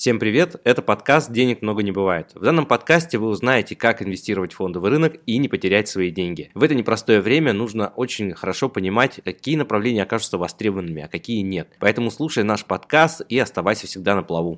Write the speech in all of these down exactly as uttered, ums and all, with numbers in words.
Всем привет, это подкаст «Денег много не бывает». В данном подкасте вы узнаете, как инвестировать в фондовый рынок и не потерять свои деньги. В это непростое время нужно очень хорошо понимать, какие направления окажутся востребованными, а какие нет. Поэтому слушай наш подкаст и оставайся всегда на плаву.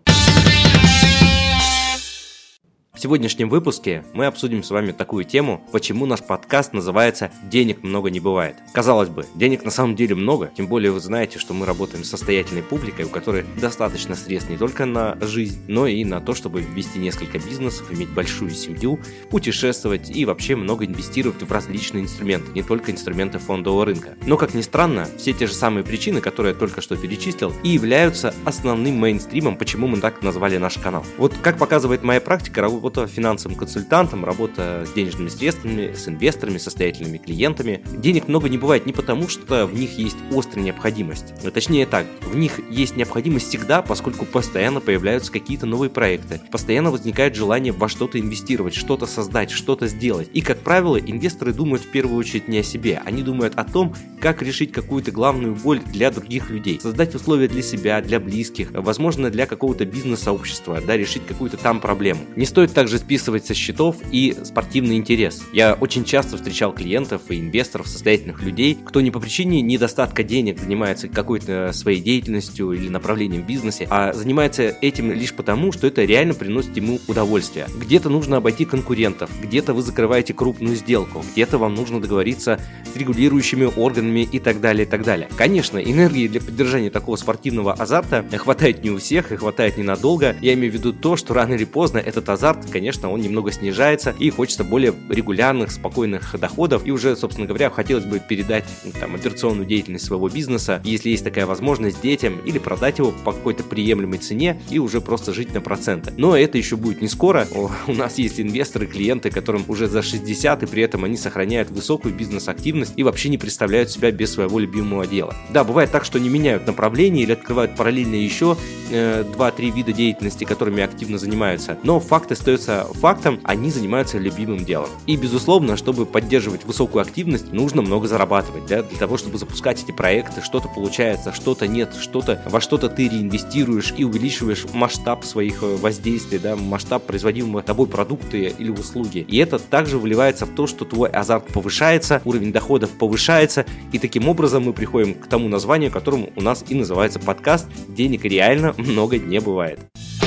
В сегодняшнем выпуске мы обсудим с вами такую тему, почему наш подкаст называется «Денег много не бывает». Казалось бы, денег на самом деле много, тем более вы знаете, что мы работаем с состоятельной публикой, у которой достаточно средств не только на жизнь, но и на то, чтобы ввести несколько бизнесов, иметь большую семью, путешествовать и вообще много инвестировать в различные инструменты, не только инструменты фондового рынка. Но, как ни странно, все те же самые причины, которые я только что перечислил, и являются основным мейнстримом, почему мы так назвали наш канал. Вот как показывает моя практика, работа финансовым консультантом, работа с денежными средствами, с инвесторами, состоятельными клиентами. Денег много не бывает не потому, что в них есть острая необходимость. А точнее так, в них есть необходимость всегда, поскольку постоянно появляются какие-то новые проекты, постоянно возникает желание во что-то инвестировать, что-то создать, что-то сделать. И, как правило, инвесторы думают в первую очередь не о себе, они думают о том, как решить какую-то главную боль для других людей, создать условия для себя, для близких, возможно, для какого-то бизнес-сообщества, да, решить какую-то там проблему. Не стоит также списывать со счетов и спортивный интерес. Я очень часто встречал клиентов и инвесторов, состоятельных людей, кто не по причине недостатка денег занимается какой-то своей деятельностью или направлением в бизнесе, а занимается этим лишь потому, что это реально приносит ему удовольствие. Где-то нужно обойти конкурентов, где-то вы закрываете крупную сделку, где-то вам нужно договориться с регулирующими органами и так далее, и так далее. Конечно, энергии для поддержания такого спортивного азарта хватает не у всех и хватает ненадолго. Я имею в виду то, что рано или поздно этот азарт, конечно, он немного снижается, и хочется более регулярных, спокойных доходов, и уже, собственно говоря, хотелось бы передать там операционную деятельность своего бизнеса, если есть такая возможность, детям, или продать его по какой-то приемлемой цене и уже просто жить на проценты. Но это еще будет не скоро. У нас есть инвесторы, клиенты, которым уже за шестьдесят, и при этом они сохраняют высокую бизнес-активность и вообще не представляют себя без своего любимого дела. Да, бывает так, что они меняют направление или открывают параллельно еще э, два-три вида деятельности, которыми активно занимаются, но факт остается фактом, они занимаются любимым делом. И, безусловно, чтобы поддерживать высокую активность, нужно много зарабатывать, да, для того, чтобы запускать эти проекты, что-то получается, что-то нет, что-то, во что-то ты реинвестируешь и увеличиваешь масштаб своих воздействий, да, масштаб производимого тобой продукты или услуги. И это также выливается в то, что твой азарт повышается, уровень доходов повышается, и таким образом мы приходим к тому названию, которым у нас и называется подкаст «Денег реально много не бывает».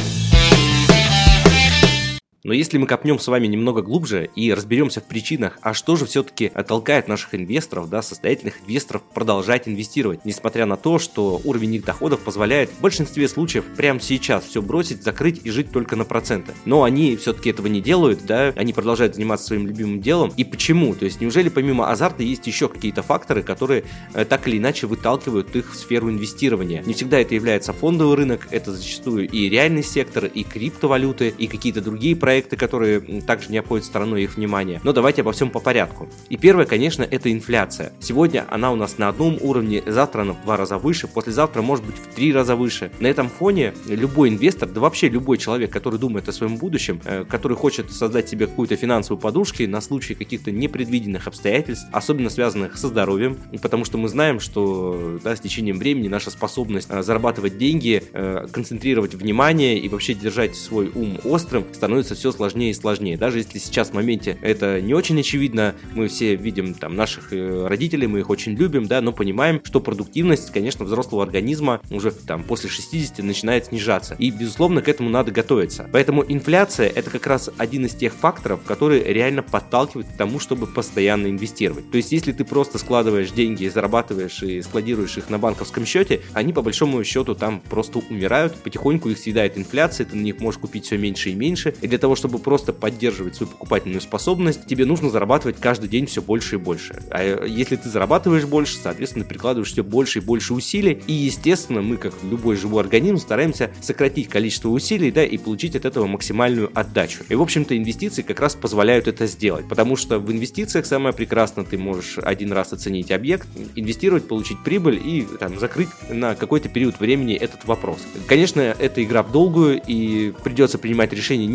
Но если мы копнем с вами немного глубже и разберемся в причинах, а что же все-таки толкает наших инвесторов, да, состоятельных инвесторов продолжать инвестировать, несмотря на то, что уровень их доходов позволяет в большинстве случаев прямо сейчас все бросить, закрыть и жить только на проценты. Но они все-таки этого не делают, да, они продолжают заниматься своим любимым делом. И почему? То есть неужели помимо азарта есть еще какие-то факторы, которые э, так или иначе выталкивают их в сферу инвестирования? Не всегда это является фондовый рынок, это зачастую и реальный сектор, и криптовалюты, и какие-то другие проекты, проекты, которые также не обходят стороной их внимания. Но давайте обо всем по порядку. И первое, конечно, это инфляция. Сегодня она у нас на одном уровне, завтра она в два раза выше, послезавтра может быть в три раза выше. На этом фоне любой инвестор, да вообще любой человек, который думает о своем будущем, который хочет создать себе какую-то финансовую подушку на случай каких-то непредвиденных обстоятельств, особенно связанных со здоровьем, потому что мы знаем, что, да, с течением времени наша способность зарабатывать деньги, концентрировать внимание и вообще держать свой ум острым становится все сложнее и сложнее. Даже если сейчас в моменте это не очень очевидно, мы все видим там наших родителей, мы их очень любим, да, но понимаем, что продуктивность, конечно, взрослого организма уже там после шестидесяти начинает снижаться. И, безусловно, к этому надо готовиться. Поэтому инфляция — это как раз один из тех факторов, который реально подталкивает к тому, чтобы постоянно инвестировать. То есть, если ты просто складываешь деньги, зарабатываешь и складируешь их на банковском счете, они по большому счету там просто умирают, потихоньку их съедает инфляция, ты на них можешь купить все меньше и меньше. И для того, чтобы просто поддерживать свою покупательную способность, тебе нужно зарабатывать каждый день все больше и больше. А если ты зарабатываешь больше, соответственно, прикладываешь все больше и больше усилий. И, естественно, мы, как любой живой организм, стараемся сократить количество усилий, да, и получить от этого максимальную отдачу. И, в общем-то, инвестиции как раз позволяют это сделать. Потому что в инвестициях самое прекрасное, ты можешь один раз оценить объект, инвестировать, получить прибыль и там закрыть на какой-то период времени этот вопрос. Конечно, это игра в долгую, и придется принимать решение не единожды,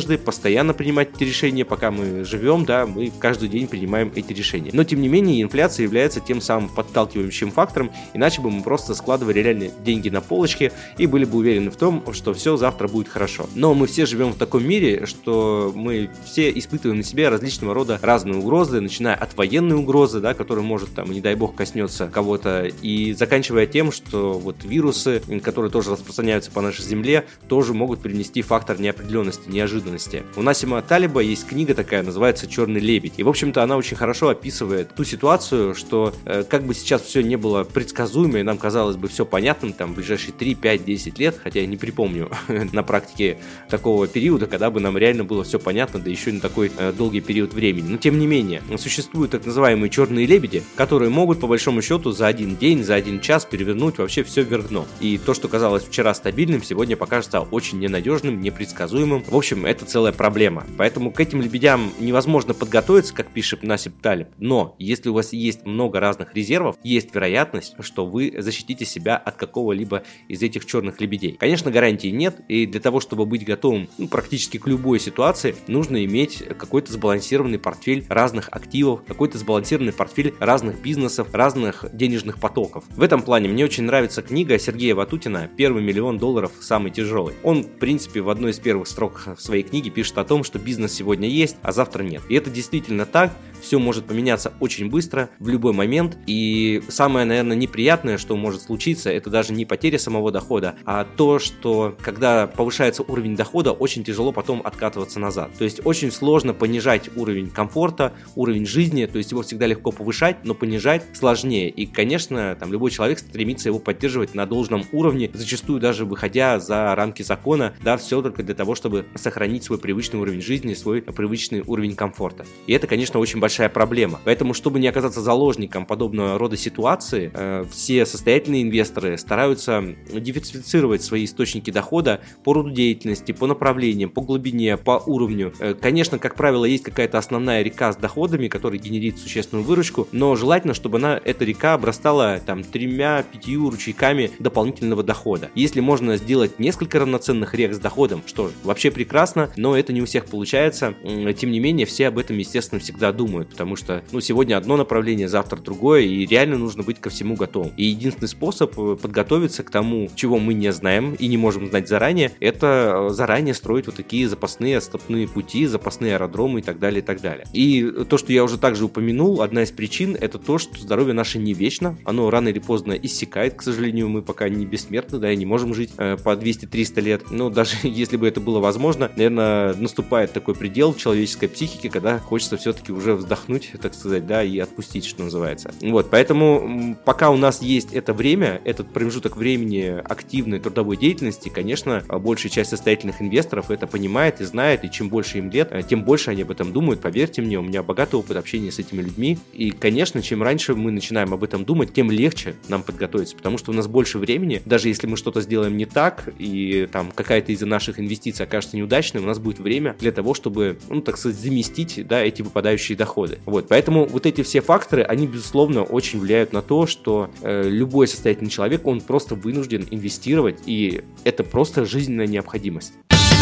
единожды, постоянно принимать эти решения, пока мы живем, да, мы каждый день принимаем эти решения. Но, тем не менее, инфляция является тем самым подталкивающим фактором, иначе бы мы просто складывали реально деньги на полочке и были бы уверены в том, что все завтра будет хорошо. Но мы все живем в таком мире, что мы все испытываем на себе различного рода разные угрозы, начиная от военной угрозы, да, которая может, там, не дай бог, коснется кого-то, и заканчивая тем, что вот вирусы, которые тоже распространяются по нашей земле, тоже могут принести фактор неопределенности, неожиданности. У Насима Талеба есть книга такая, называется «Черный лебедь». И, в общем-то, она очень хорошо описывает ту ситуацию, что э, как бы сейчас все не было предсказуемо, и нам казалось бы все понятным, там, в ближайшие три, пять, десять лет, хотя я не припомню на практике такого периода, когда бы нам реально было все понятно, да еще и на такой э, долгий период времени. Но, тем не менее, существуют так называемые черные лебеди, которые могут, по большому счету, за один день, за один час перевернуть вообще все вверх дном. И то, что казалось вчера стабильным, сегодня покажется очень ненадежным, непредсказуемым. В общем, это целая проблема. Поэтому к этим лебедям невозможно подготовиться, как пишет Насим Талеб. Но если у вас есть много разных резервов, есть вероятность, что вы защитите себя от какого-либо из этих черных лебедей. Конечно, гарантии нет, и для того, чтобы быть готовым, ну, практически к любой ситуации, нужно иметь какой-то сбалансированный портфель разных активов, какой-то сбалансированный портфель разных бизнесов, разных денежных потоков. В этом плане мне очень нравится книга Сергея Ватутина «Первый миллион долларов самый тяжелый». Он, в принципе, в одной из первых строк в своей книге пишет о том, что бизнес сегодня есть, а завтра нет. И это действительно так. Все может поменяться очень быстро, в любой момент. И самое, наверное, неприятное, что может случиться, это даже не потеря самого дохода, а то, что когда повышается уровень дохода, очень тяжело потом откатываться назад. То есть очень сложно понижать уровень комфорта, уровень жизни, то есть его всегда легко повышать, но понижать сложнее. И, конечно, там любой человек стремится его поддерживать на должном уровне, зачастую даже выходя за рамки закона, да, все только для того, чтобы сохранить свой привычный уровень жизни, свой привычный уровень комфорта. И это, конечно, очень большая проблема. Поэтому, чтобы не оказаться заложником подобного рода ситуации, э, все состоятельные инвесторы стараются диверсифицировать свои источники дохода по роду деятельности, по направлениям, по глубине, по уровню. Э, конечно, как правило, есть какая-то основная река с доходами, которая генерит существенную выручку, но желательно, чтобы она, эта река обрастала там тремя-пятью ручейками дополнительного дохода. Если можно сделать несколько равноценных рек с доходом, что ж, вообще прекрасно, но это не у всех получается. Тем не менее, все об этом, естественно, всегда думают, потому что, ну, сегодня одно направление, завтра другое, и реально нужно быть ко всему готовым. И единственный способ подготовиться к тому, чего мы не знаем и не можем знать заранее, это заранее строить вот такие запасные отступные пути, запасные аэродромы и так далее, и так далее. И то, что я уже также упомянул, одна из причин, это то, что здоровье наше не вечно, оно рано или поздно иссякает, к сожалению, мы пока не бессмертны, да, и не можем жить э, по двести-триста лет, но даже если бы это было возможно, наверное, наступает такой предел в человеческой психике, когда хочется все-таки уже вздохнуть, так сказать, да, и отпустить, что называется. Вот, поэтому пока у нас есть это время, этот промежуток времени активной трудовой деятельности, конечно, большая часть состоятельных инвесторов это понимает и знает, и чем больше им лет, тем больше они об этом думают, поверьте мне, у меня богатый опыт общения с этими людьми, и, конечно, чем раньше мы начинаем об этом думать, тем легче нам подготовиться, потому что у нас больше времени, даже если мы что-то сделаем не так, и там какая-то из наших инвестиций окажется неудачной, у нас будет время для того, чтобы, ну, так сказать, заместить, да, эти выпадающие доходы. Вот, поэтому вот эти все факторы, они, безусловно, очень влияют на то, что э, любой состоятельный человек, он просто вынужден инвестировать, и это просто жизненная необходимость.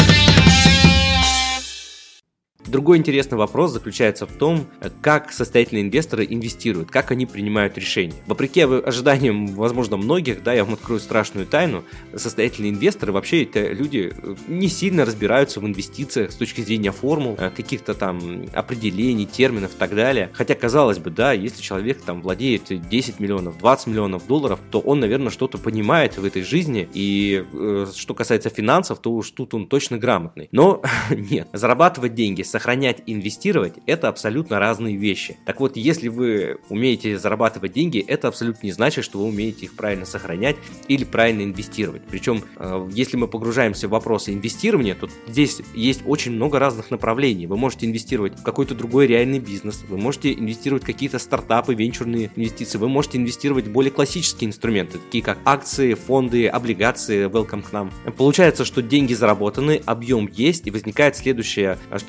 Другой интересный вопрос заключается в том, как состоятельные инвесторы инвестируют, как они принимают решения. Вопреки ожиданиям, возможно, многих, да, я вам открою страшную тайну, состоятельные инвесторы вообще это люди не сильно разбираются в инвестициях с точки зрения формул, каких-то там определений, терминов и так далее. Хотя, казалось бы, да, если человек там владеет десять миллионов, двадцать миллионов долларов, то он, наверное, что-то понимает в этой жизни, и э, что касается финансов, то уж тут он точно грамотный. Но нет, зарабатывать деньги, сохранять и инвестировать – это абсолютно разные вещи. Так вот, если вы умеете зарабатывать деньги, это абсолютно не значит, что вы умеете их правильно сохранять или правильно инвестировать. Причем, если мы погружаемся в вопросы инвестирования, то здесь есть очень много разных направлений. Вы можете инвестировать в какой-то другой реальный бизнес, вы можете инвестировать в какие-то стартапы, венчурные инвестиции, вы можете инвестировать в более классические инструменты, такие как акции, фонды, облигации, welcome к нам. Получается, что деньги заработаны, объем есть, и возникает следующее, что называется,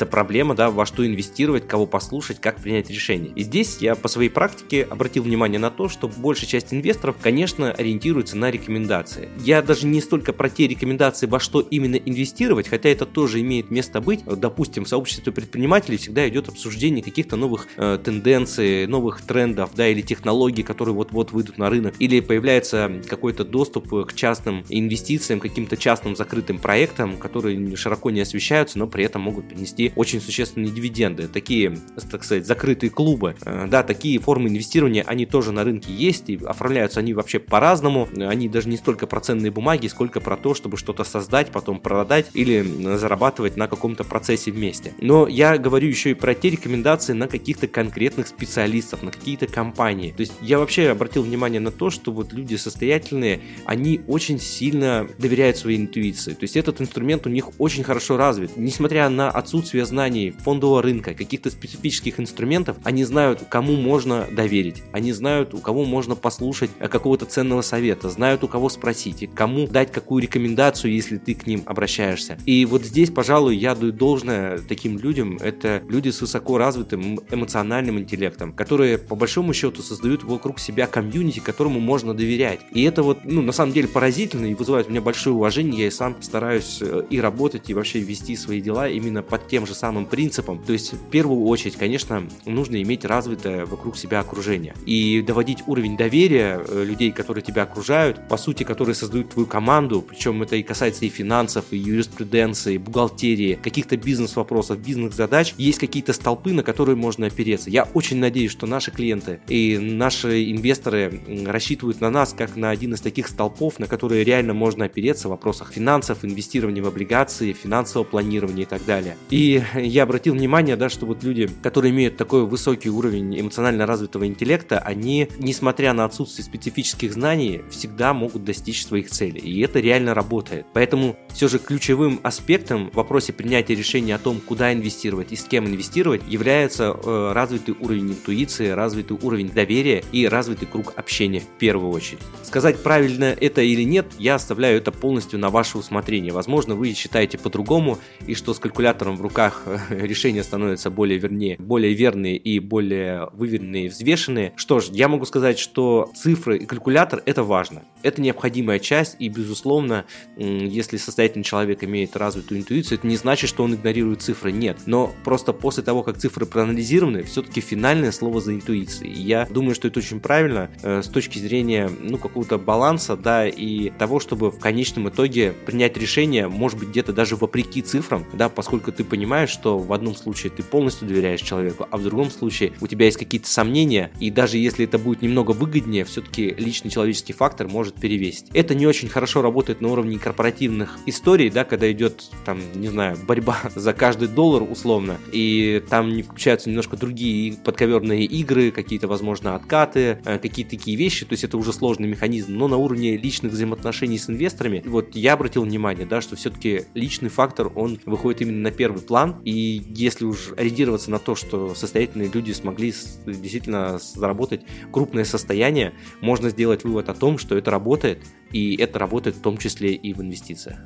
проблема, да, во что инвестировать, кого послушать, как принять решение. И здесь я по своей практике обратил внимание на то, что большая часть инвесторов, конечно, ориентируется на рекомендации. Я даже не столько про те рекомендации, во что именно инвестировать, хотя это тоже имеет место быть. Допустим, в сообществе предпринимателей всегда идет обсуждение каких-то новых э, тенденций, новых трендов, да, или технологий, которые вот-вот выйдут на рынок, или появляется какой-то доступ к частным инвестициям, каким-то частным закрытым проектам, которые широко не освещаются, но при этом могут принести очень существенные дивиденды. Такие, так сказать, закрытые клубы, э, да, такие формы инвестирования, они тоже на рынке есть, и оформляются они вообще по-разному. Они даже не столько про ценные бумаги, сколько про то, чтобы что-то создать, потом продать или зарабатывать на каком-то процессе вместе. Но я говорю еще и про те рекомендации на каких-то конкретных специалистов, на какие-то компании. То есть я вообще обратил внимание на то, что вот люди состоятельные, они очень сильно доверяют своей интуиции. То есть этот инструмент у них очень хорошо развит. Несмотря на отсутствие знаний фондового рынка, каких-то специфических инструментов, они знают, кому можно доверить. Они знают, у кого можно послушать какого-то ценного совета, знают, у кого спросить, и кому дать какую рекомендацию, если ты к ним обращаешься. И вот здесь, пожалуй, я даю должное таким людям. Это люди с высоко развитым эмоциональным интеллектом, которые по большому счету создают вокруг себя комьюнити, которому можно доверять. И это вот, ну, на самом деле поразительно и вызывает у меня большое уважение. Я и сам стараюсь и работать, и вообще вести свои дела именно под тем же самым принципом. То есть, в первую очередь, конечно, нужно иметь развитое вокруг себя окружение и доводить уровень доверия людей, которые тебя окружают, по сути, которые создают твою команду, причем это и касается и финансов, и юриспруденции, и бухгалтерии, каких-то бизнес-вопросов, бизнес-задач. Есть какие-то столпы, на которые можно опереться. Я очень надеюсь, что наши клиенты и наши инвесторы рассчитывают на нас как на один из таких столпов, на которые реально можно опереться в вопросах финансов, инвестирования в облигации, финансового планирования и так далее. И я обратил внимание, да, что вот люди, которые имеют такой высокий уровень эмоционально развитого интеллекта, они, несмотря на отсутствие специфических знаний, всегда могут достичь своих целей. И это реально работает. Поэтому все же ключевым аспектом в вопросе принятия решения о том, куда инвестировать и с кем инвестировать, является э, развитый уровень интуиции, развитый уровень доверия и развитый круг общения в первую очередь. Сказать, правильно это или нет, я оставляю это полностью на ваше усмотрение. Возможно, вы считаете по-другому, и что с калькулятором в руках решения становятся более вернее, более верные и более выверенные и взвешенные. Что ж, я могу сказать, что цифры и калькулятор — это важно. Это необходимая часть, и, безусловно, если состоятельный человек имеет развитую интуицию, это не значит, что он игнорирует цифры, нет. Но просто после того, как цифры проанализированы, все-таки финальное слово за интуицией. И я думаю, что это очень правильно э, с точки зрения, ну, какого-то баланса, да, и того, чтобы в конечном итоге принять решение, может быть, где-то даже вопреки цифрам, да, поскольку ты понимаешь, что в одном случае ты полностью доверяешь человеку, а в другом случае у тебя есть какие-то сомнения, и даже если это будет немного выгоднее, все-таки личный человеческий фактор может перевесить. Это не очень хорошо работает на уровне корпоративных историй, да, когда идет, там, не знаю, борьба за каждый доллар условно, и там не включаются немножко другие подковерные игры, какие-то, возможно, откаты, какие-то такие вещи, то есть это уже сложный механизм, но на уровне личных взаимоотношений с инвесторами, вот я обратил внимание, да, что все-таки личный фактор, он выходит именно на первый план, и если уж ориентироваться на то, что состоятельные люди смогли действительно заработать крупное состояние, можно сделать вывод о том, что это работает, и это работает в том числе и в инвестициях.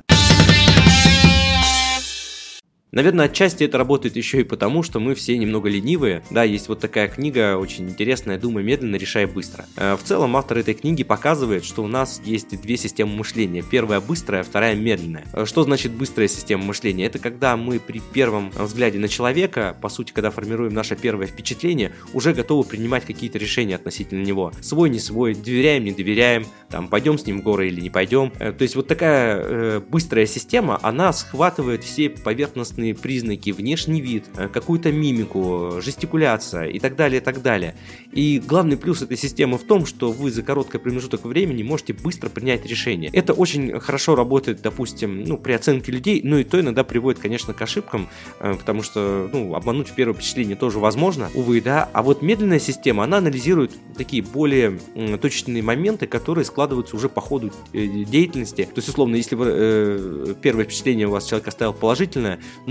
Наверное, отчасти это работает еще и потому, что мы все немного ленивые. Да, есть вот такая книга, очень интересная, «Думай медленно, решай быстро». В целом, автор этой книги показывает, что у нас есть две системы мышления. Первая быстрая, вторая медленная. Что значит быстрая система мышления? Это когда мы при первом взгляде на человека, по сути, когда формируем наше первое впечатление, уже готовы принимать какие-то решения относительно него. Свой, не свой, доверяем, не доверяем, там, пойдем с ним в горы или не пойдем. То есть вот такая э, быстрая система, она схватывает все поверхностные признаки, внешний вид, какую-то мимику, жестикуляция и так далее, и так далее. И главный плюс этой системы в том, что вы за короткий промежуток времени можете быстро принять решение. Это очень хорошо работает, допустим, ну, при оценке людей, но и то иногда приводит, конечно, к ошибкам, потому что, ну, обмануть в первое впечатление тоже возможно, увы, да. А вот медленная система, она анализирует такие более точечные моменты, которые складываются уже по ходу деятельности. То есть, условно, если вы, э, первое впечатление у вас человек оставил положительное, но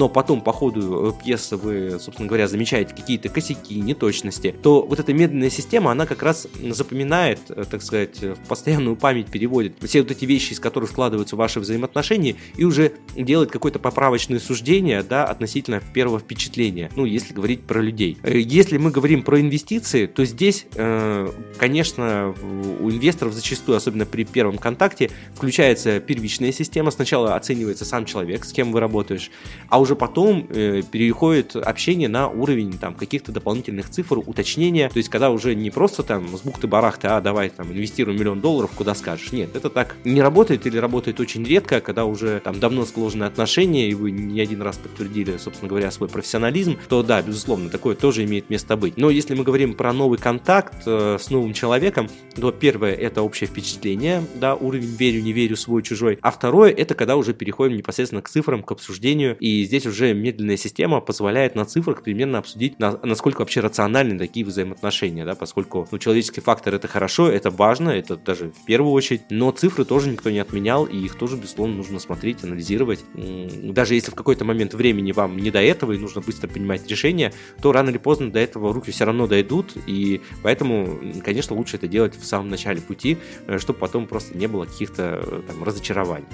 но потом по ходу пьесы вы, собственно говоря, замечаете какие-то косяки, неточности, то вот эта медленная система, она как раз запоминает, так сказать, в постоянную память переводит все вот эти вещи, из которых складываются ваши взаимоотношения, и уже делает какое-то поправочное суждение, да, относительно первого впечатления, ну, если говорить про людей. Если мы говорим про инвестиции, то здесь, конечно, у инвесторов зачастую, особенно при первом контакте, включается первичная система. Сначала оценивается сам человек, с кем вы работаешь, а уже потом переходит общение на уровень там каких-то дополнительных цифр, уточнения, то есть когда уже не просто там с бухты-барахты, а давай там инвестируем миллион долларов, куда скажешь. Нет, это так не работает или работает очень редко, когда уже там давно сложные отношения, и вы не один раз подтвердили, собственно говоря, свой профессионализм, то да, безусловно, такое тоже имеет место быть. Но если мы говорим про новый контакт э, с новым человеком, то первое — это общее впечатление, да, уровень верю, не верю, свой, чужой, а второе — это когда уже переходим непосредственно к цифрам, к обсуждению, и здесь уже медленная система позволяет на цифрах примерно обсудить, на, насколько вообще рациональны такие взаимоотношения, да, поскольку ну, человеческий фактор — это хорошо, это важно, это даже в первую очередь, но цифры тоже никто не отменял, и их тоже, безусловно, нужно смотреть, анализировать. Даже если в какой-то момент времени вам не до этого и нужно быстро принимать решения, то рано или поздно до этого руки все равно дойдут, и поэтому, конечно, лучше это делать в самом начале пути, чтобы потом просто не было каких-то там разочарований.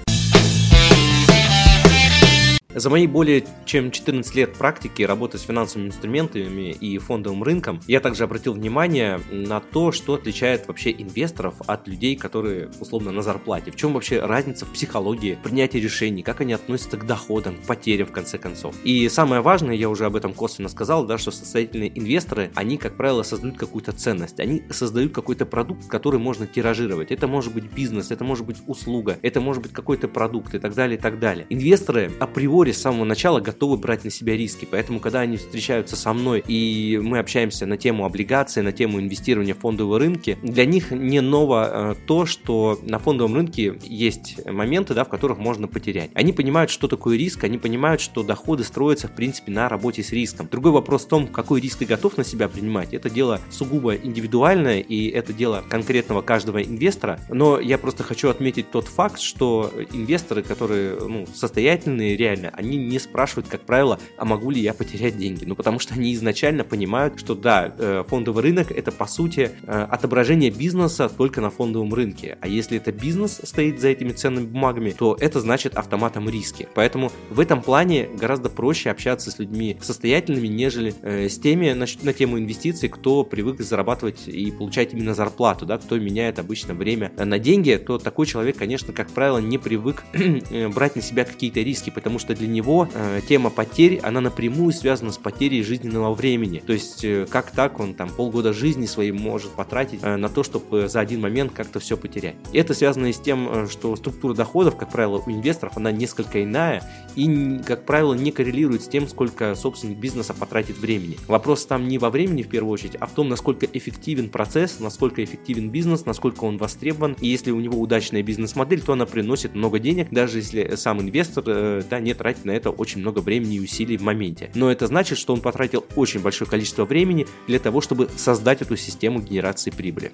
За мои более чем четырнадцать лет практики работы с финансовыми инструментами и фондовым рынком, я также обратил внимание на то, что отличает вообще инвесторов от людей, которые условно на зарплате. В чем вообще разница в психологии, принятия решений, как они относятся к доходам, к потерям в конце концов. И самое важное, я уже об этом косвенно сказал, да, что состоятельные инвесторы, они, как правило, создают какую-то ценность, они создают какой-то продукт, который можно тиражировать. Это может быть бизнес, это может быть услуга, это может быть какой-то продукт и так далее, и так далее. Инвесторы априори с самого начала готовы брать на себя риски, поэтому когда они встречаются со мной и мы общаемся на тему облигаций, на тему инвестирования в фондовые рынки, для них не ново э, то, что на фондовом рынке есть моменты, да, в которых можно потерять. Они понимают, что такое риск, они понимают, что доходы строятся в принципе на работе с риском. Другой вопрос в том, какой риск ты готов на себя принимать. Это дело сугубо индивидуальное и это дело конкретного каждого инвестора, но я просто хочу отметить тот факт, что инвесторы, которые ну, состоятельные реально, они не спрашивают, как правило, а могу ли я потерять деньги. Ну, потому что они изначально понимают, что да, фондовый рынок — это, по сути, отображение бизнеса только на фондовом рынке. А если это бизнес стоит за этими ценными бумагами, то это значит автоматом риски. Поэтому в этом плане гораздо проще общаться с людьми состоятельными, нежели с теми на, на тему инвестиций, кто привык зарабатывать и получать именно зарплату, да, кто меняет обычно время на деньги, то такой человек, конечно, как правило, не привык брать на себя какие-то риски, потому что для него э, тема потерь, она напрямую связана с потерей жизненного времени. То есть, э, как так он там полгода жизни своей может потратить э, на то, чтобы за один момент как-то все потерять. И это связано и с тем, э, что структура доходов, как правило, у инвесторов, она несколько иная и, как правило, не коррелирует с тем, сколько собственник бизнеса потратит времени. Вопрос там не во времени в первую очередь, а в том, насколько эффективен процесс, насколько эффективен бизнес, насколько он востребован. И если у него удачная бизнес-модель, то она приносит много денег, даже если сам инвестор э, да, не тратит на это очень много времени и усилий в моменте. Но это значит, что он потратил очень большое количество времени для того, чтобы создать эту систему генерации прибыли.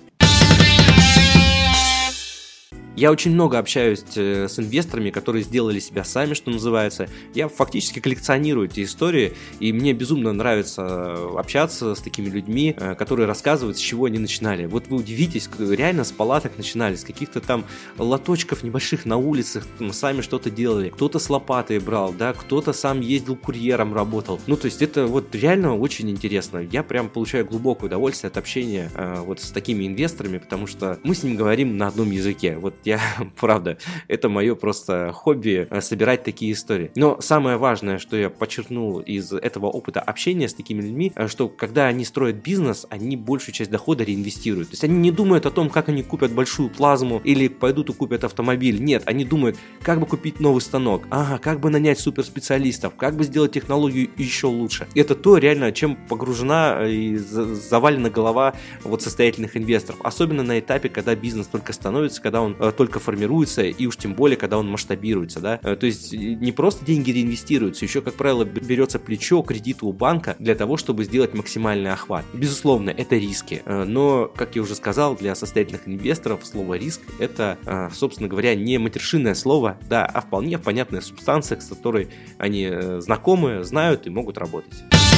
Я очень много общаюсь с инвесторами, которые сделали себя сами, что называется. Я фактически коллекционирую эти истории, и мне безумно нравится общаться с такими людьми, которые рассказывают, с чего они начинали. Вот вы удивитесь, реально с палаток начинали, с каких-то там лоточков небольших на улицах, там, сами что-то делали. Кто-то с лопатой брал, да, кто-то сам ездил курьером, работал. Ну, то есть это вот реально очень интересно. Я прям получаю глубокое удовольствие от общения э, вот с такими инвесторами, потому что мы с ними говорим на одном языке. Вот я, правда, это мое просто хобби собирать такие истории. Но самое важное, что я подчеркнул из этого опыта общения с такими людьми, что когда они строят бизнес, они большую часть дохода реинвестируют. То есть они не думают о том, как они купят большую плазму или пойдут и купят автомобиль. Нет, они думают, как бы купить новый станок, ага, как бы нанять суперспециалистов, как бы сделать технологию еще лучше. Это то реально, чем погружена и завалена голова вот состоятельных инвесторов. Особенно на этапе, когда бизнес только становится, когда он только формируется, и уж тем более, когда он масштабируется, да. То есть не просто деньги реинвестируются, еще, как правило, берется плечо кредита у банка для того, чтобы сделать максимальный охват. Безусловно, это риски, но, как я уже сказал, для состоятельных инвесторов слово риск — это, собственно говоря, не матершинное слово, да, а вполне понятная субстанция, с которой они знакомы, знают и могут работать.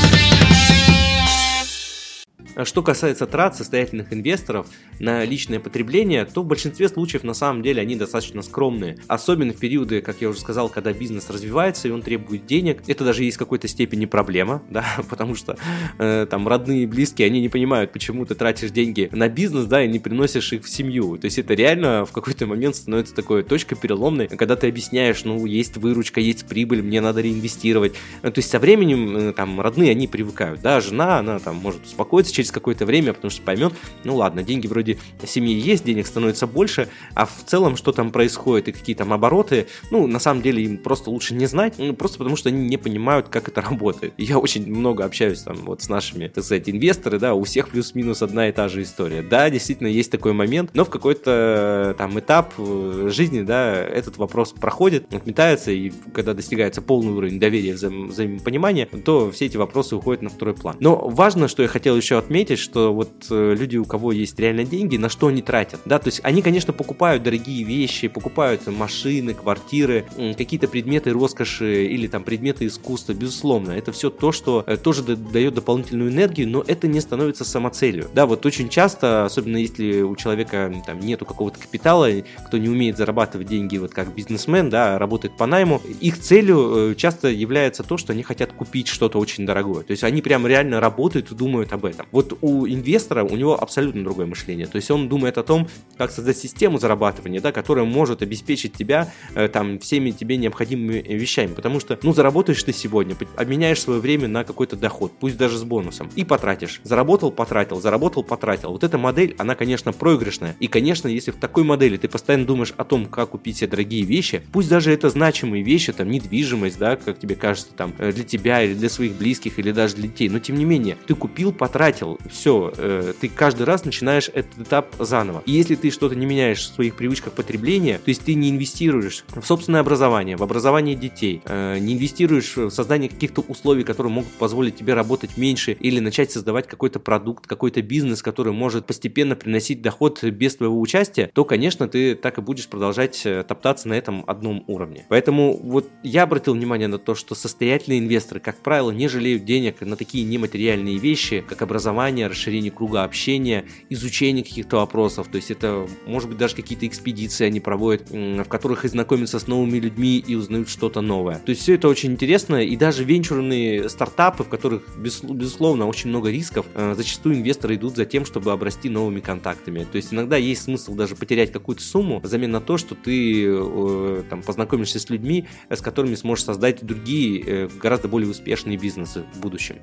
Что касается трат состоятельных инвесторов на личное потребление, то в большинстве случаев на самом деле они достаточно скромные. Особенно в периоды, как я уже сказал, когда бизнес развивается и он требует денег. Это даже есть в какой-то степени проблема, да, потому что э, там родные и близкие, они не понимают, почему ты тратишь деньги на бизнес, да, и не приносишь их в семью. То есть это реально в какой-то момент становится такой точкой переломной, когда ты объясняешь, ну, есть выручка, есть прибыль, мне надо реинвестировать. То есть со временем э, там родные, они привыкают, да, жена, она там может успокоиться через какое-то время, потому что поймет, ну ладно, деньги вроде семьи есть, денег становится больше, а в целом что там происходит и какие там обороты, ну, на самом деле им просто лучше не знать, ну, просто потому что они не понимают, как это работает. Я очень много общаюсь там вот с нашими, так сказать, инвесторами, да, у всех плюс-минус одна и та же история. Да, действительно, есть такой момент, но в какой-то там этап жизни, да, этот вопрос проходит, отметается, и когда достигается полный уровень доверия, взаим- взаимопонимания, то все эти вопросы уходят на второй план. Но важно, что я хотел еще отметить, что вот люди, у кого есть реально деньги, на что они тратят, да, то есть они, конечно, покупают дорогие вещи, покупают машины, квартиры, какие-то предметы роскоши или там предметы искусства, безусловно, это все то, что тоже дает дополнительную энергию, но это не становится самоцелью, да, вот очень часто, особенно если у человека там нету какого-то капитала, кто не умеет зарабатывать деньги вот как бизнесмен, да, работает по найму, их целью часто является то, что они хотят купить что-то очень дорогое, то есть они прям реально работают и думают об этом. Вот у инвестора, у него абсолютно другое мышление. То есть он думает о том, как создать систему зарабатывания, да, которая может обеспечить тебя э, там всеми тебе необходимыми вещами. Потому что, ну, заработаешь ты сегодня, обменяешь свое время на какой-то доход, пусть даже с бонусом, и потратишь. Заработал, потратил, заработал, потратил. Вот эта модель, она, конечно, проигрышная. И, конечно, если в такой модели ты постоянно думаешь о том, как купить себе дорогие вещи, пусть даже это значимые вещи, там, недвижимость, да, как тебе кажется, там, для тебя или для своих близких, или даже для детей, но, тем не менее, ты купил, потратил, все, э, ты каждый раз начинаешь этот этап заново. И если ты что-то не меняешь в своих привычках потребления, то есть ты не инвестируешь в собственное образование, в образование детей, э, не инвестируешь в создание каких-то условий, которые могут позволить тебе работать меньше или начать создавать какой-то продукт, какой-то бизнес, который может постепенно приносить доход без твоего участия, то, конечно, ты так и будешь продолжать топтаться на этом одном уровне. Поэтому вот я обратил внимание на то, что состоятельные инвесторы, как правило, не жалеют денег на такие нематериальные вещи, как образование, расширение круга общения, изучение каких-то вопросов, то есть это, может быть, даже какие-то экспедиции они проводят, в которых и знакомятся с новыми людьми и узнают что-то новое. То есть все это очень интересно, и даже венчурные стартапы, в которых, безусловно, очень много рисков, зачастую инвесторы идут за тем, чтобы обрасти новыми контактами. То есть иногда есть смысл даже потерять какую-то сумму взамен на то, что ты там познакомишься с людьми, с которыми сможешь создать другие, гораздо более успешные бизнесы в будущем.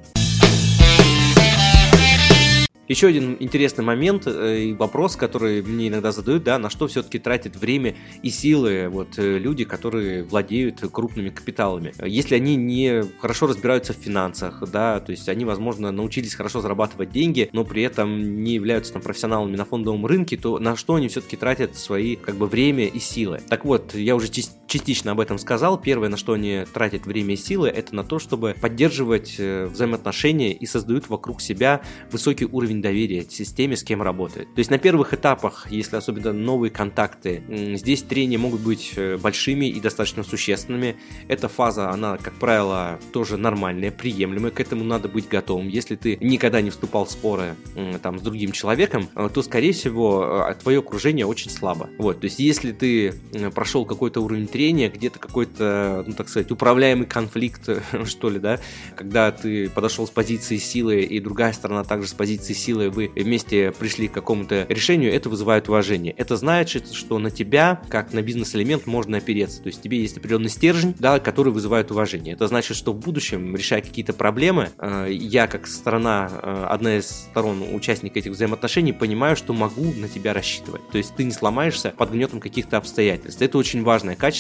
Еще один интересный момент и вопрос, который мне иногда задают, да, на что все-таки тратят время и силы вот люди, которые владеют крупными капиталами. Если они не хорошо разбираются в финансах, да, то есть они, возможно, научились хорошо зарабатывать деньги, но при этом не являются там профессионалами на фондовом рынке, то на что они все-таки тратят свои как бы время и силы? Так вот, я уже частично об этом сказал. Первое, на что они тратят время и силы, это на то, чтобы поддерживать взаимоотношения и создают вокруг себя высокий уровень доверия системе, с кем работает. То есть на первых этапах, если особенно новые контакты, здесь трения могут быть большими и достаточно существенными. Эта фаза, она, как правило, тоже нормальная, приемлемая, к этому надо быть готовым. Если ты никогда не вступал в споры там, с другим человеком, то, скорее всего, твое окружение очень слабо. Вот, то есть если ты прошел какой-то уровень трения, где-то какой-то, ну, так сказать, управляемый конфликт, что ли, да, когда ты подошел с позиции силы, и другая сторона также с позиции силы, вы вместе пришли к какому-то решению, это вызывает уважение. Это значит, что на тебя, как на бизнес-элемент, можно опереться. То есть тебе есть определенный стержень, да, который вызывает уважение. Это значит, что в будущем, решая какие-то проблемы, я, как сторона, одна из сторон участника этих взаимоотношений, понимаю, что могу на тебя рассчитывать. То есть ты не сломаешься под гнетом каких-то обстоятельств. Это очень важное качество,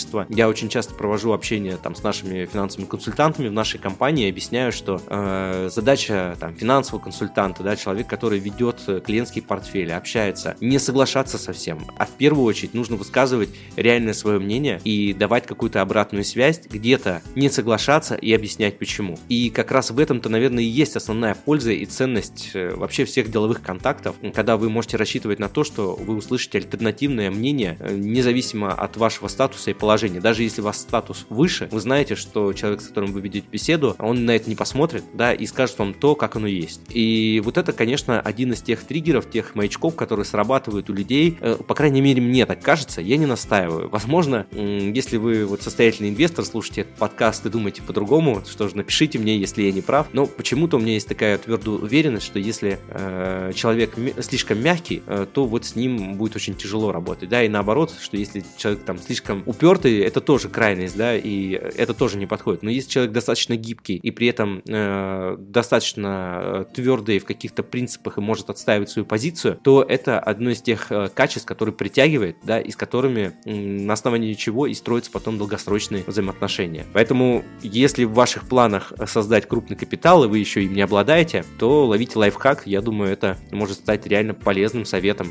качества. Я очень часто провожу общение там с нашими финансовыми консультантами в нашей компании, объясняю, что э, задача там финансового консультанта, да, человек, который ведет клиентский портфель, общается, не соглашаться со всем, а в первую очередь нужно высказывать реальное свое мнение и давать какую-то обратную связь, где-то не соглашаться и объяснять почему. И как раз в этом-то, наверное, и есть основная польза и ценность вообще всех деловых контактов, когда вы можете рассчитывать на то, что вы услышите альтернативное мнение, независимо от вашего статуса и положения. Даже если у вас статус выше, вы знаете, что человек, с которым вы ведете беседу, он на это не посмотрит, да, и скажет вам то, как оно есть. И вот это, конечно, один из тех триггеров, тех маячков, которые срабатывают у людей. По крайней мере, мне так кажется, я не настаиваю. Возможно, если вы вот состоятельный инвестор, слушаете этот подкаст и думаете по-другому, что же, напишите мне, если я не прав. Но почему-то у меня есть такая твердая уверенность, что если э, человек м- слишком мягкий, э, то вот с ним будет очень тяжело работать, да, и наоборот, что если человек там слишком упертый, это тоже крайность, да, и это тоже не подходит. Но если человек достаточно гибкий и при этом э, достаточно твердый в каких-то принципах и может отстаивать свою позицию, то это одно из тех э, качеств, которые притягивает, да, и с которыми э, на основании чего и строятся потом долгосрочные взаимоотношения. Поэтому, если в ваших планах создать крупный капитал, и вы еще им не обладаете, то ловите лайфхак. Я думаю, это может стать реально полезным советом.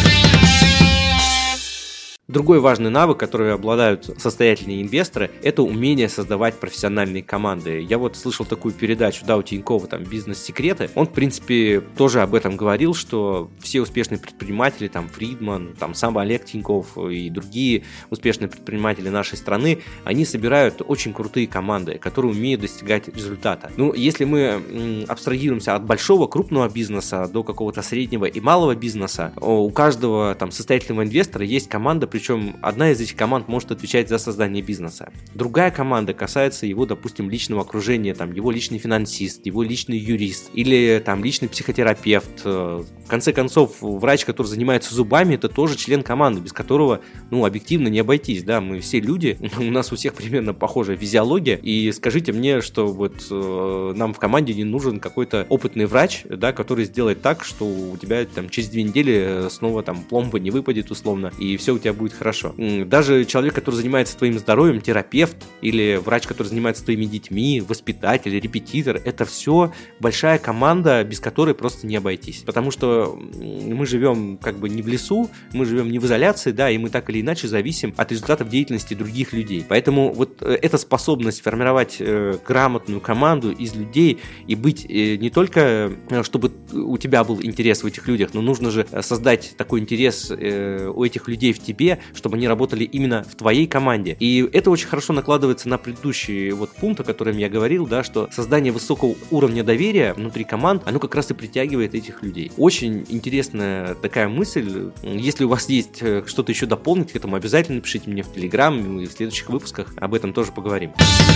Другой важный навык, который обладают состоятельные инвесторы, это умение создавать профессиональные команды. Я вот слышал такую передачу, да, у Тинькова, там, «Бизнес-секреты». Он, в принципе, тоже об этом говорил, что все успешные предприниматели, там, Фридман, там, сам Олег Тиньков и другие успешные предприниматели нашей страны, они собирают очень крутые команды, которые умеют достигать результата. Ну, если мы м, абстрагируемся от большого, крупного бизнеса до какого-то среднего и малого бизнеса, у каждого, там, состоятельного инвестора есть команда, причем одна из этих команд может отвечать за создание бизнеса. Другая команда касается его, допустим, личного окружения, там, его личный финансист, его личный юрист или там личный психотерапевт. В конце концов, врач, который занимается зубами, это тоже член команды, без которого, ну, объективно не обойтись, да, мы все люди, у нас у всех примерно похожая физиология, и скажите мне, что вот э, нам в команде не нужен какой-то опытный врач, да, который сделает так, что у тебя там через две недели снова там пломба не выпадет условно, и все у тебя будет хорошо. Даже человек, который занимается твоим здоровьем, терапевт или врач, который занимается твоими детьми, воспитатель, репетитор, это все большая команда, без которой просто не обойтись. Потому что мы живем как бы не в лесу, мы живем не в изоляции, да, и мы так или иначе зависим от результатов деятельности других людей. Поэтому вот эта способность формировать э, грамотную команду из людей и быть э, не только, чтобы у тебя был интерес в этих людях, но нужно же создать такой интерес э, у этих людей в тебе, чтобы они работали именно в твоей команде. И это очень хорошо накладывается на предыдущий вот пункт, о котором я говорил, да, что создание высокого уровня доверия внутри команд, оно как раз и притягивает этих людей. Очень интересная такая мысль. Если у вас есть что-то еще дополнить к этому, обязательно напишите мне в Телеграм, и в следующих выпусках об этом тоже поговорим.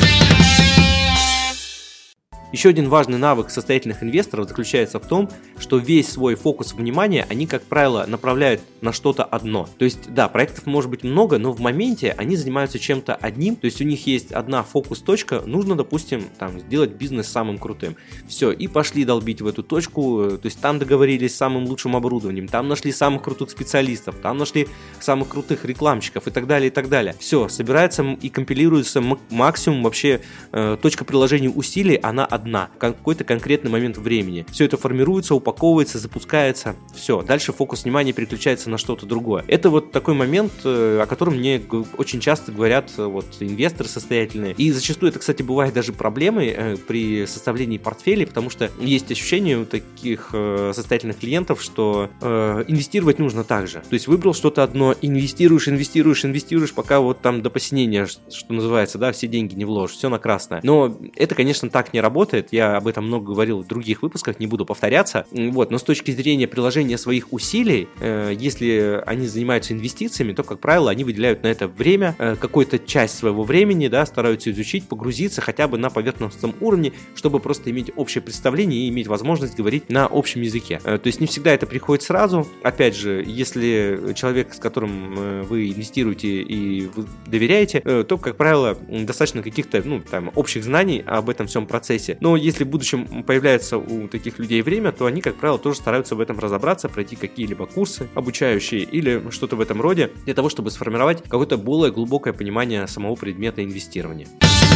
Еще один важный навык состоятельных инвесторов заключается в том, что весь свой фокус внимания они, как правило, направляют на что-то одно. То есть, да, проектов может быть много, но в моменте они занимаются чем-то одним, то есть у них есть одна фокус-точка, нужно, допустим, там, сделать бизнес самым крутым. Все, и пошли долбить в эту точку, то есть там договорились с самым лучшим оборудованием, там нашли самых крутых специалистов, там нашли самых крутых рекламщиков и так далее, и так далее. Все, собирается и компилируется максимум вообще, э, точка приложения усилий, она одна. Одна, в какой-то конкретный момент времени. Все это формируется, упаковывается, запускается, все. Дальше фокус внимания переключается на что-то другое. Это вот такой момент, о котором мне очень часто говорят вот инвесторы состоятельные. И зачастую это, кстати, бывает даже проблемой при составлении портфелей, потому что есть ощущение у таких состоятельных клиентов, что э, инвестировать нужно так же. То есть выбрал что-то одно, инвестируешь, инвестируешь, инвестируешь, пока вот там до посинения, что называется, да, все деньги не вложишь, все на красное. Но это, конечно, так не работает. Я об этом много говорил в других выпусках, не буду повторяться. Вот. Но с точки зрения приложения своих усилий, э, если они занимаются инвестициями, то, как правило, они выделяют на это время, э, какую-то часть своего времени, да, стараются изучить, погрузиться хотя бы на поверхностном уровне, чтобы просто иметь общее представление и иметь возможность говорить на общем языке. Э, то есть не всегда это приходит сразу. Опять же, если человек, с которым э, вы инвестируете и вы доверяете, э, то, как правило, достаточно каких-то, ну, там, общих знаний об этом всем процессе. интернете. Но если в будущем появляется у таких людей время, то они, как правило, тоже стараются в этом разобраться, пройти какие-либо курсы обучающие или что-то в этом роде, для того, чтобы сформировать какое-то более глубокое понимание самого предмета инвестирования.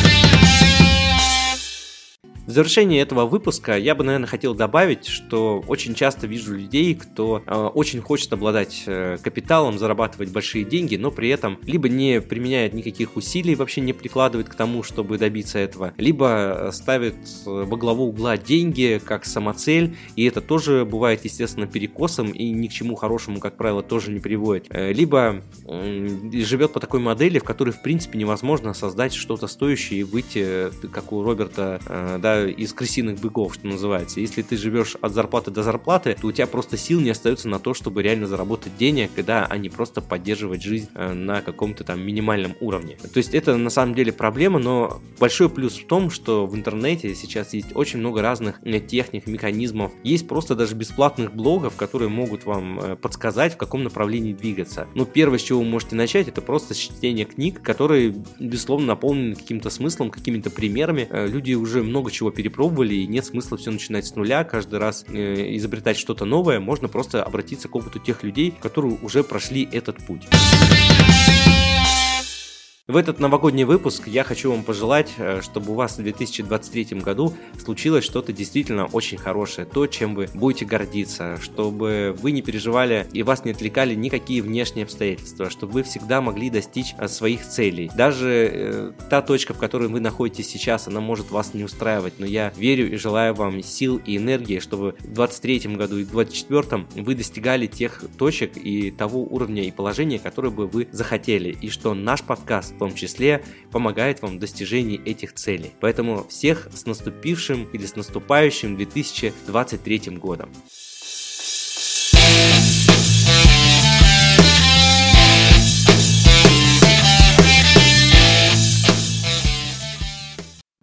В завершении этого выпуска я бы, наверное, хотел добавить, что очень часто вижу людей, кто э, очень хочет обладать э, капиталом, зарабатывать большие деньги, но при этом либо не применяет никаких усилий, вообще не прикладывает к тому, чтобы добиться этого, либо ставит во главу угла деньги как самоцель, и это тоже бывает, естественно, перекосом и ни к чему хорошему, как правило, тоже не приводит. Э, либо э, живет по такой модели, в которой, в принципе, невозможно создать что-то стоящее и выйти, как у Роберта, э, да, из крысиных быков, что называется. Если ты живешь от зарплаты до зарплаты, то у тебя просто сил не остается на то, чтобы реально заработать денег, когда они просто поддерживать жизнь на каком-то там минимальном уровне. То есть это на самом деле проблема, но большой плюс в том, что в интернете сейчас есть очень много разных техник, механизмов. Есть просто даже бесплатных блогов, которые могут вам подсказать, в каком направлении двигаться. Но первое, с чего вы можете начать, это просто чтение книг, которые, безусловно, наполнены каким-то смыслом, какими-то примерами. Люди уже много чего перепробовали, и нет смысла все начинать с нуля, каждый раз э, изобретать что-то новое. Можно просто обратиться к опыту тех людей, которые уже прошли этот путь. В этот новогодний выпуск я хочу вам пожелать, чтобы у вас в две тысячи двадцать третьем году случилось что-то действительно очень хорошее, то, чем вы будете гордиться, чтобы вы не переживали и вас не отвлекали никакие внешние обстоятельства, чтобы вы всегда могли достичь своих целей. Даже э, та точка, в которой вы находитесь сейчас, она может вас не устраивать, но я верю и желаю вам сил и энергии, чтобы в двадцать третьем году и в двадцать четвёртом вы достигали тех точек и того уровня и положения, которые бы вы захотели, и что наш подкаст в том числе помогает вам в достижении этих целей. Поэтому всех с наступившим или с наступающим две тысячи двадцать третьим годом.